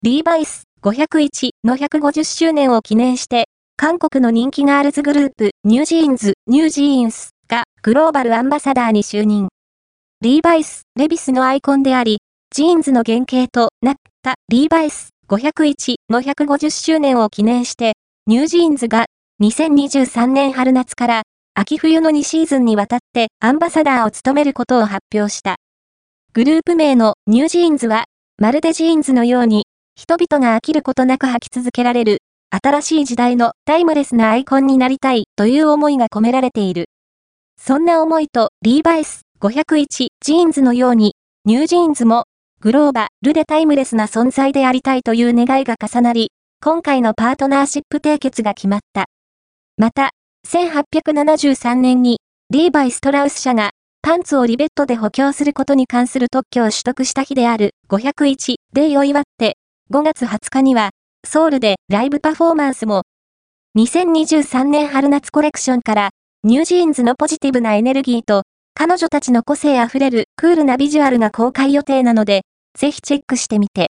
リーバイス501の150周年を記念して、韓国の人気ガールズグループ、ニュージーンズがグローバルアンバサダーに就任。リーバイス、レビスのアイコンであり、ジーンズの原型となったリーバイス501の150周年を記念して、ニュージーンズが2023年春夏から秋冬の2シーズンにわたってアンバサダーを務めることを発表した。グループ名のニュージーンズは、まるでジーンズのように、人々が飽きることなく履き続けられる、新しい時代のタイムレスなアイコンになりたいという思いが込められている。そんな思いとリーバイス501ジーンズのように、ニュージーンズもグローバルでタイムレスな存在でありたいという願いが重なり、今回のパートナーシップ締結が決まった。また、1873年にリーバイ・ストラウス社がパンツをリベットで補強することに関する特許を取得した日である501デイを祝って5月20日にはソウルでライブパフォーマンスも。2023年春夏コレクションからニュージーンズのポジティブなエネルギーと彼女たちの個性あふれるクールなビジュアルが公開予定なのでぜひチェックしてみて。